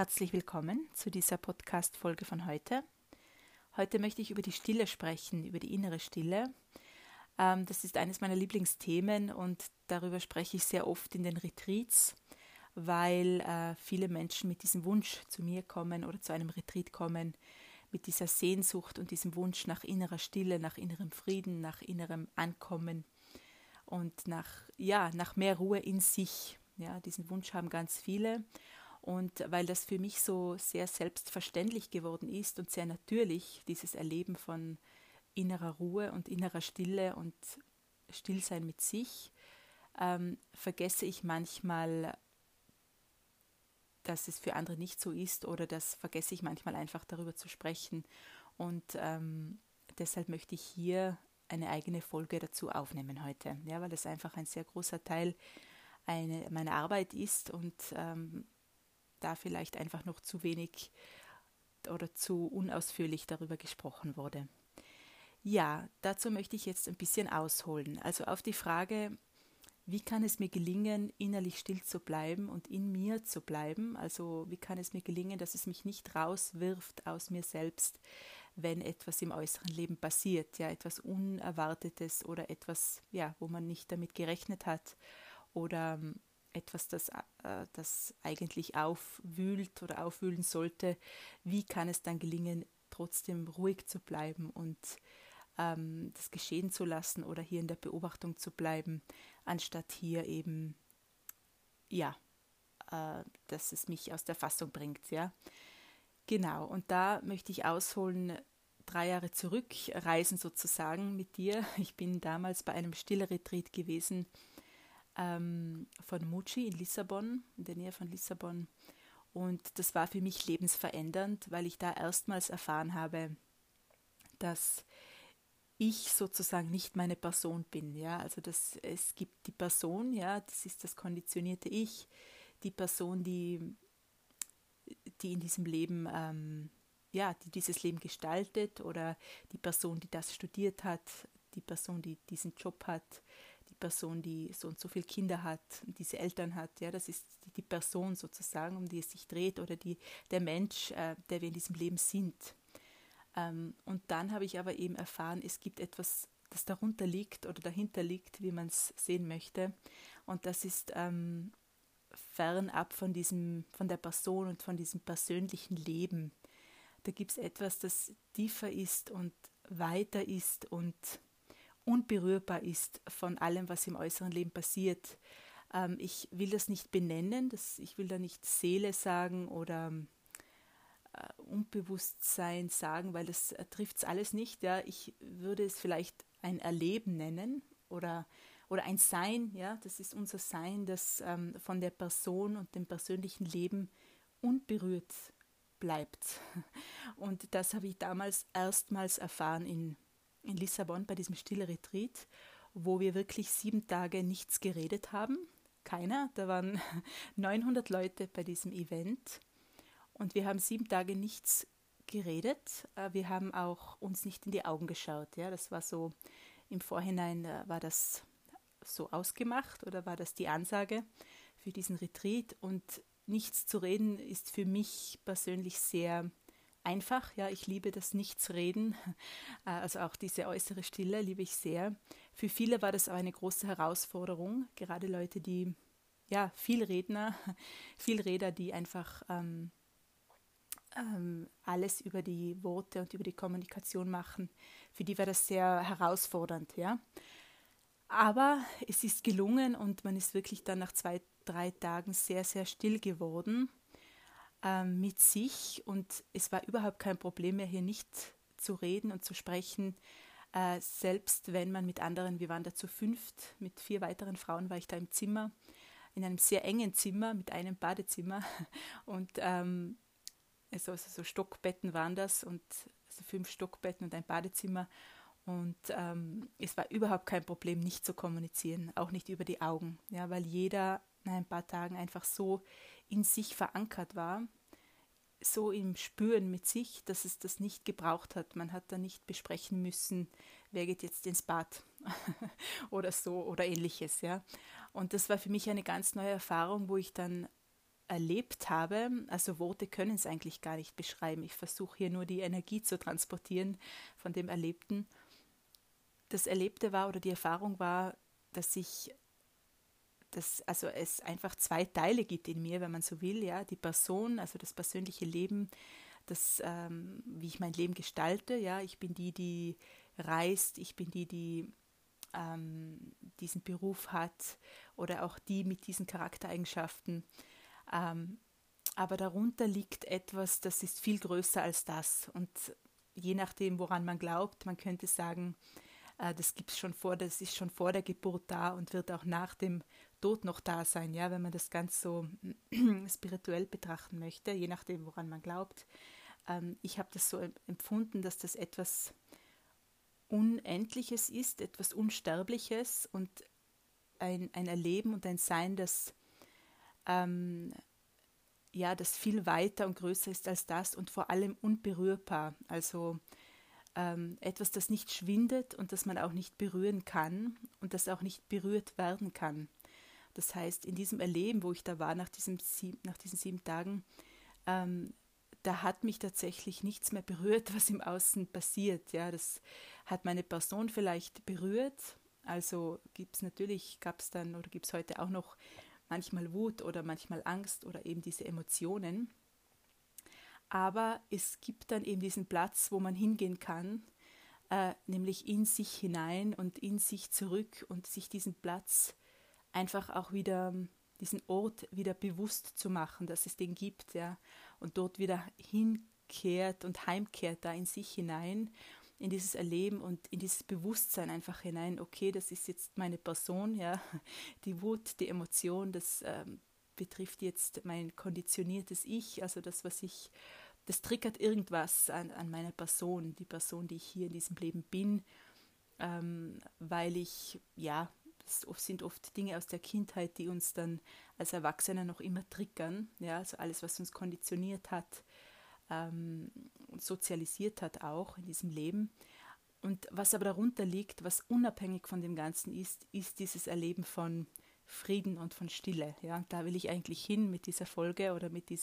Herzlich willkommen zu dieser Podcast-Folge von heute. Heute möchte ich über die Stille sprechen, über die innere Stille. Das ist eines meiner Lieblingsthemen und darüber spreche ich sehr oft in den Retreats, weil viele Menschen mit diesem Wunsch zu mir kommen oder zu einem Retreat kommen, mit dieser Sehnsucht und diesem Wunsch nach innerer Stille, nach innerem Frieden, nach innerem Ankommen und nach mehr Ruhe in sich. Ja, diesen Wunsch haben ganz viele. Und weil das für mich so sehr selbstverständlich geworden ist und sehr natürlich, dieses Erleben von innerer Ruhe und innerer Stille und Stillsein mit sich, vergesse ich manchmal, dass es für andere nicht so ist, oder das vergesse ich manchmal einfach darüber zu sprechen. Und deshalb möchte ich hier eine eigene Folge dazu aufnehmen heute, ja, weil das einfach ein sehr großer Teil meiner Arbeit ist und da vielleicht einfach noch zu wenig oder zu unausführlich darüber gesprochen wurde. Ja, dazu möchte ich jetzt ein bisschen ausholen. Also auf die Frage, wie kann es mir gelingen, innerlich still zu bleiben und in mir zu bleiben? Also wie kann es mir gelingen, dass es mich nicht rauswirft aus mir selbst, wenn etwas im äußeren Leben passiert, ja, etwas Unerwartetes oder etwas, ja, wo man nicht damit gerechnet hat oder etwas, das eigentlich aufwühlt oder aufwühlen sollte. Wie kann es dann gelingen, trotzdem ruhig zu bleiben und das geschehen zu lassen oder hier in der Beobachtung zu bleiben, anstatt hier eben, ja, dass es mich aus der Fassung bringt, ja. Genau, und da möchte ich ausholen, 3 Jahre zurückreisen sozusagen mit dir. Ich bin damals bei einem Stille-Retreat gewesen, von Mochi in Lissabon, in der Nähe von Lissabon. Und das war für mich lebensverändernd, weil ich da erstmals erfahren habe, dass ich sozusagen nicht meine Person bin. Ja? Also es gibt die Person, ja, das ist das konditionierte Ich, die Person, die in diesem Leben, die dieses Leben gestaltet, oder die Person, die das studiert hat, die Person, die diesen Job hat, die Person, die so und so viele Kinder hat, diese Eltern hat, ja, das ist die Person sozusagen, um die es sich dreht, oder der Mensch, der wir in diesem Leben sind. Und dann habe ich aber eben erfahren, es gibt etwas, das darunter liegt oder dahinter liegt, wie man es sehen möchte. Und das ist fernab von der Person und von diesem persönlichen Leben. Da gibt es etwas, das tiefer ist und weiter ist und unberührbar ist von allem, was im äußeren Leben passiert. Ich will das nicht benennen, ich will da nicht Seele sagen oder Unbewusstsein sagen, weil das trifft es alles nicht. Ja. Ich würde es vielleicht ein Erleben nennen oder ein Sein. Ja. Das ist unser Sein, das von der Person und dem persönlichen Leben unberührt bleibt. Und das habe ich damals erstmals erfahren in Lissabon bei diesem Stille-Retreat, wo wir wirklich 7 Tage nichts geredet haben. Keiner. Da waren 900 Leute bei diesem Event. Und wir haben 7 Tage nichts geredet. Wir haben auch uns nicht in die Augen geschaut. Ja, das war so, im Vorhinein war das so ausgemacht oder war das die Ansage für diesen Retreat. Und nichts zu reden ist für mich persönlich sehr einfach. Ja, ich liebe das Nichtsreden. Also auch diese äußere Stille liebe ich sehr. Für viele war das aber eine große Herausforderung. Gerade Leute, die, ja, Vielredner, die einfach alles über die Worte und über die Kommunikation machen. Für die war das sehr herausfordernd, ja. Aber es ist gelungen und man ist wirklich dann nach 2, 3 Tagen sehr, sehr still geworden mit sich, und es war überhaupt kein Problem mehr, hier nicht zu reden und zu sprechen, selbst wenn man mit anderen, wir waren da zu 5, mit 4 weiteren Frauen war ich da im Zimmer, in einem sehr engen Zimmer mit einem Badezimmer, und also so Stockbetten waren das, und also 5 Stockbetten und ein Badezimmer, und es war überhaupt kein Problem, nicht zu kommunizieren, auch nicht über die Augen, ja, weil jeder nach ein paar Tagen einfach so in sich verankert war, so im Spüren mit sich, dass es das nicht gebraucht hat. Man hat da nicht besprechen müssen, wer geht jetzt ins Bad oder so oder ähnliches, ja. Und das war für mich eine ganz neue Erfahrung, wo ich dann erlebt habe. Also Worte können es eigentlich gar nicht beschreiben. Ich versuche hier nur die Energie zu transportieren von dem Erlebten. Das Erlebte war oder die Erfahrung war, also es einfach zwei Teile gibt in mir, wenn man so will, ja, die Person, also das persönliche Leben, wie ich mein Leben gestalte, ja, ich bin die, die reist, ich bin die, die diesen Beruf hat oder auch die mit diesen Charaktereigenschaften. Ähm, aber darunter liegt etwas, das ist viel größer als das. Und je nachdem, woran man glaubt, man könnte sagen, das ist schon vor der Geburt da und wird auch nach dem Tod noch da sein, ja, wenn man das ganz so spirituell betrachten möchte, je nachdem, woran man glaubt. Ich habe das so empfunden, dass das etwas Unendliches ist, etwas Unsterbliches und ein Erleben und ein Sein, ähm, das viel weiter und größer ist als das und vor allem unberührbar. Also etwas, das nicht schwindet und das man auch nicht berühren kann und das auch nicht berührt werden kann. Das heißt, in diesem Erleben, wo ich da war nach diesen 7 Tagen, da hat mich tatsächlich nichts mehr berührt, was im Außen passiert. Ja, das hat meine Person vielleicht berührt. Also gab es dann oder gibt es heute auch noch manchmal Wut oder manchmal Angst oder eben diese Emotionen. Aber es gibt dann eben diesen Platz, wo man hingehen kann, nämlich in sich hinein und in sich zurück und sich diesen Platz einfach auch wieder, diesen Ort wieder bewusst zu machen, dass es den gibt, ja, und dort wieder hinkehrt und heimkehrt da in sich hinein, in dieses Erleben und in dieses Bewusstsein einfach hinein, okay, das ist jetzt meine Person, ja, die Wut, die Emotion, das betrifft jetzt mein konditioniertes Ich, also das triggert irgendwas an meiner Person, die Person, die ich hier in diesem Leben bin, weil es sind oft Dinge aus der Kindheit, die uns dann als Erwachsene noch immer triggern, ja, also alles, was uns konditioniert hat und sozialisiert hat auch in diesem Leben. Und was aber darunter liegt, was unabhängig von dem Ganzen ist dieses Erleben von Frieden und von Stille. Ja, und da will ich eigentlich hin mit dieser Folge oder mit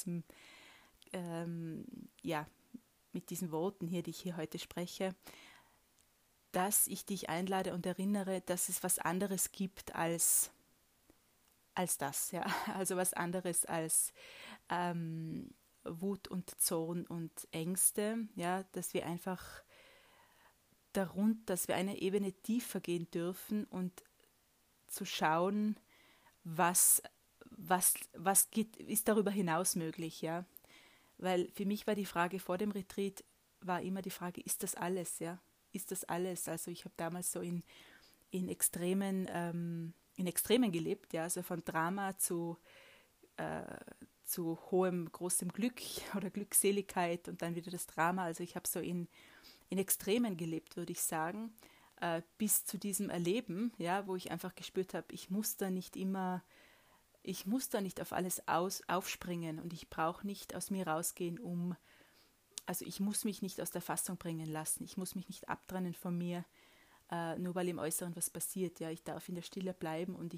ähm, ja, mit diesen Worten hier, die ich hier heute spreche, dass ich dich einlade und erinnere, dass es was anderes gibt als das, ja, also was anderes als Wut und Zorn und Ängste, ja, dass wir einfach dass wir eine Ebene tiefer gehen dürfen und zu schauen, ist darüber hinaus möglich, ja, weil für mich war die Frage vor dem Retreat, war immer die Frage, ist das alles, ja, ist das alles, also ich habe damals so in Extremen gelebt, ja, also von Drama zu hohem, großem Glück oder Glückseligkeit und dann wieder das Drama. Also ich habe so in Extremen gelebt, würde ich sagen, bis zu diesem Erleben, ja, wo ich einfach gespürt habe, ich muss da nicht auf alles aufspringen und ich brauche nicht aus mir rausgehen, also ich muss mich nicht aus der Fassung bringen lassen, ich muss mich nicht abtrennen von mir, nur weil im Äußeren was passiert. Ja, ich darf in der Stille bleiben und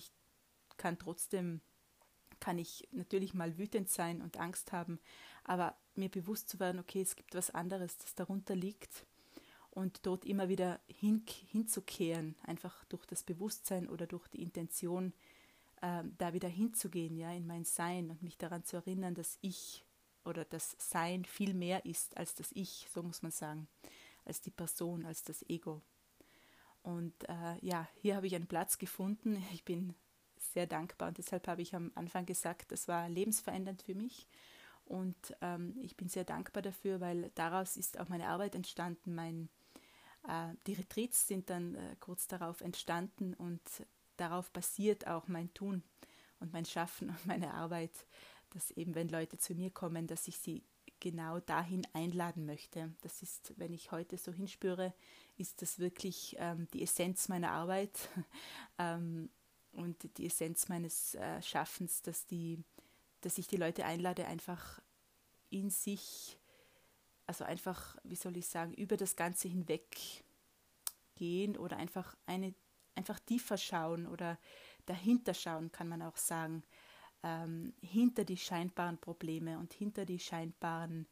kann ich natürlich mal wütend sein und Angst haben, aber mir bewusst zu werden, okay, es gibt was anderes, das darunter liegt und dort immer wieder hinzukehren, einfach durch das Bewusstsein oder durch die Intention, da wieder hinzugehen, ja, in mein Sein und mich daran zu erinnern, dass ich oder das Sein viel mehr ist als das Ich, so muss man sagen, als die Person, als das Ego. Und hier habe ich einen Platz gefunden. Ich bin sehr dankbar und deshalb habe ich am Anfang gesagt, das war lebensverändernd für mich. Und ich bin sehr dankbar dafür, weil daraus ist auch meine Arbeit entstanden. Die Retreats sind dann kurz darauf entstanden und darauf basiert auch mein Tun und mein Schaffen und meine Arbeit, dass eben, wenn Leute zu mir kommen, dass ich sie genau dahin einladen möchte. Das ist, wenn ich heute so hinspüre, ist das wirklich die Essenz meiner Arbeit und die Essenz meines Schaffens, dass ich die Leute einlade, einfach in sich, also einfach, wie soll ich sagen, über das Ganze hinweg gehen oder einfach tiefer schauen oder dahinter schauen, kann man auch sagen, hinter die scheinbaren Probleme und hinter die scheinbaren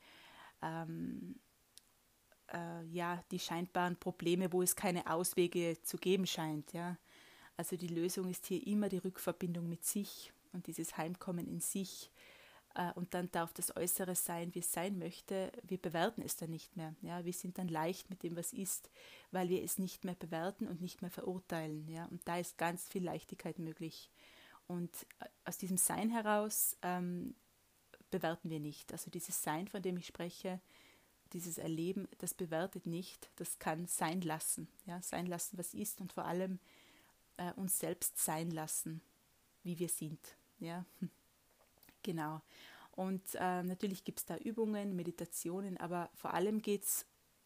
die scheinbaren Probleme, wo es keine Auswege zu geben scheint. Ja. Also die Lösung ist hier immer die Rückverbindung mit sich und dieses Heimkommen in sich. Und dann darf das Äußere sein, wie es sein möchte. Wir bewerten es dann nicht mehr. Ja. Wir sind dann leicht mit dem, was ist, weil wir es nicht mehr bewerten und nicht mehr verurteilen. Ja. Und da ist ganz viel Leichtigkeit möglich. Und aus diesem Sein heraus bewerten wir nicht. Also dieses Sein, von dem ich spreche, dieses Erleben, das bewertet nicht, das kann sein lassen. Ja, sein lassen, was ist und vor allem uns selbst sein lassen, wie wir sind. Ja, genau. Und natürlich gibt es da Übungen, Meditationen, aber vor allem geht es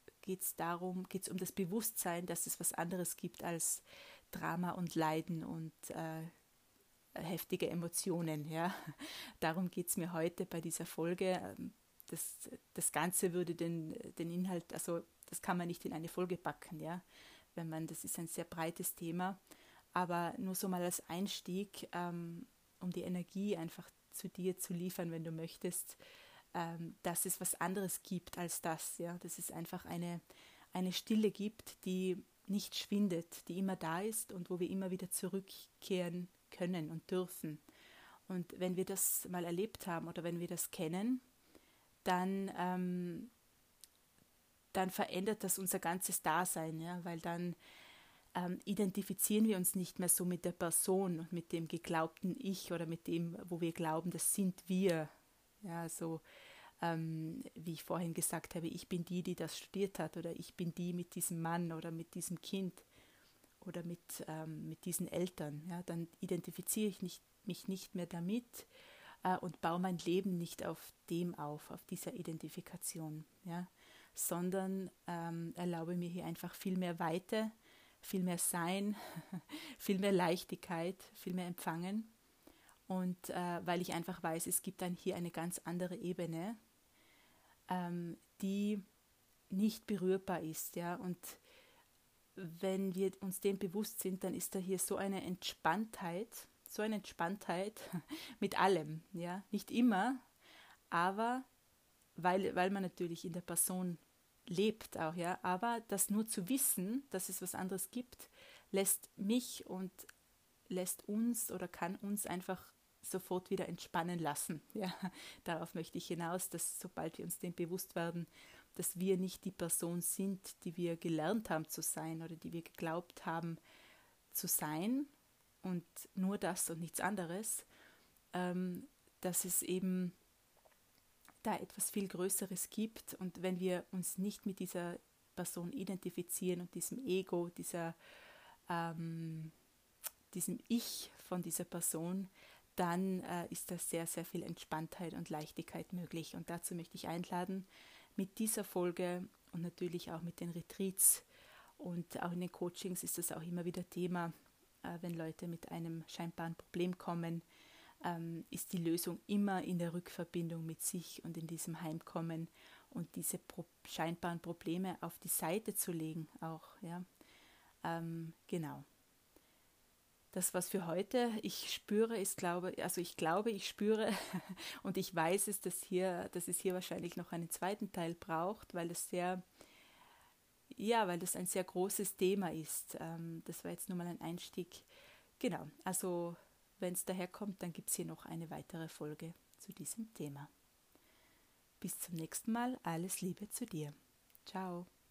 um das Bewusstsein, dass es was anderes gibt als Drama und Leiden und heftige Emotionen. Ja. Darum geht es mir heute bei dieser Folge. Das Ganze würde den Inhalt, also das kann man nicht in eine Folge packen, ja, das ist ein sehr breites Thema, aber nur so mal als Einstieg, um die Energie einfach zu dir zu liefern, wenn du möchtest, dass es was anderes gibt als das, ja, dass es einfach eine Stille gibt, die nicht schwindet, die immer da ist und wo wir immer wieder zurückkehren können und dürfen. Und wenn wir das mal erlebt haben oder wenn wir das kennen, dann verändert das unser ganzes Dasein, ja, weil dann identifizieren wir uns nicht mehr so mit der Person und mit dem geglaubten Ich oder mit dem, wo wir glauben, das sind wir. Ja, so wie ich vorhin gesagt habe, ich bin die das studiert hat oder ich bin die mit diesem Mann oder mit diesem Kind oder mit diesen Eltern. Ja, dann identifiziere ich mich nicht mehr damit und baue mein Leben nicht auf dem auf dieser Identifikation, ja, sondern erlaube mir hier einfach viel mehr Weite, viel mehr Sein, viel mehr Leichtigkeit, viel mehr Empfangen. Und weil ich einfach weiß, es gibt dann hier eine ganz andere Ebene, die nicht berührbar ist, ja, und wenn wir uns dem bewusst sind, dann ist da hier so eine Entspanntheit mit allem, ja, nicht immer, aber weil man natürlich in der Person lebt auch, ja, aber das nur zu wissen, dass es was anderes gibt, lässt mich und lässt uns oder kann uns einfach sofort wieder entspannen lassen, ja, darauf möchte ich hinaus, dass sobald wir uns dem bewusst werden, dass wir nicht die Person sind, die wir gelernt haben zu sein oder die wir geglaubt haben zu sein und nur das und nichts anderes, dass es eben da etwas viel Größeres gibt und wenn wir uns nicht mit dieser Person identifizieren und diesem Ego, diesem Ich von dieser Person, dann ist da sehr, sehr viel Entspanntheit und Leichtigkeit möglich. Und dazu möchte ich einladen, mit dieser Folge und natürlich auch mit den Retreats und auch in den Coachings ist das auch immer wieder Thema, wenn Leute mit einem scheinbaren Problem kommen, ist die Lösung immer in der Rückverbindung mit sich und in diesem Heimkommen und diese scheinbaren Probleme auf die Seite zu legen auch, ja. Genau. Das war's für heute. Ich spüre, ich spüre und ich weiß es, dass es hier wahrscheinlich noch einen zweiten Teil braucht, weil das ein sehr großes Thema ist. Das war jetzt nur mal ein Einstieg. Genau, also wenn es daherkommt, dann gibt es hier noch eine weitere Folge zu diesem Thema. Bis zum nächsten Mal, alles Liebe zu dir. Ciao.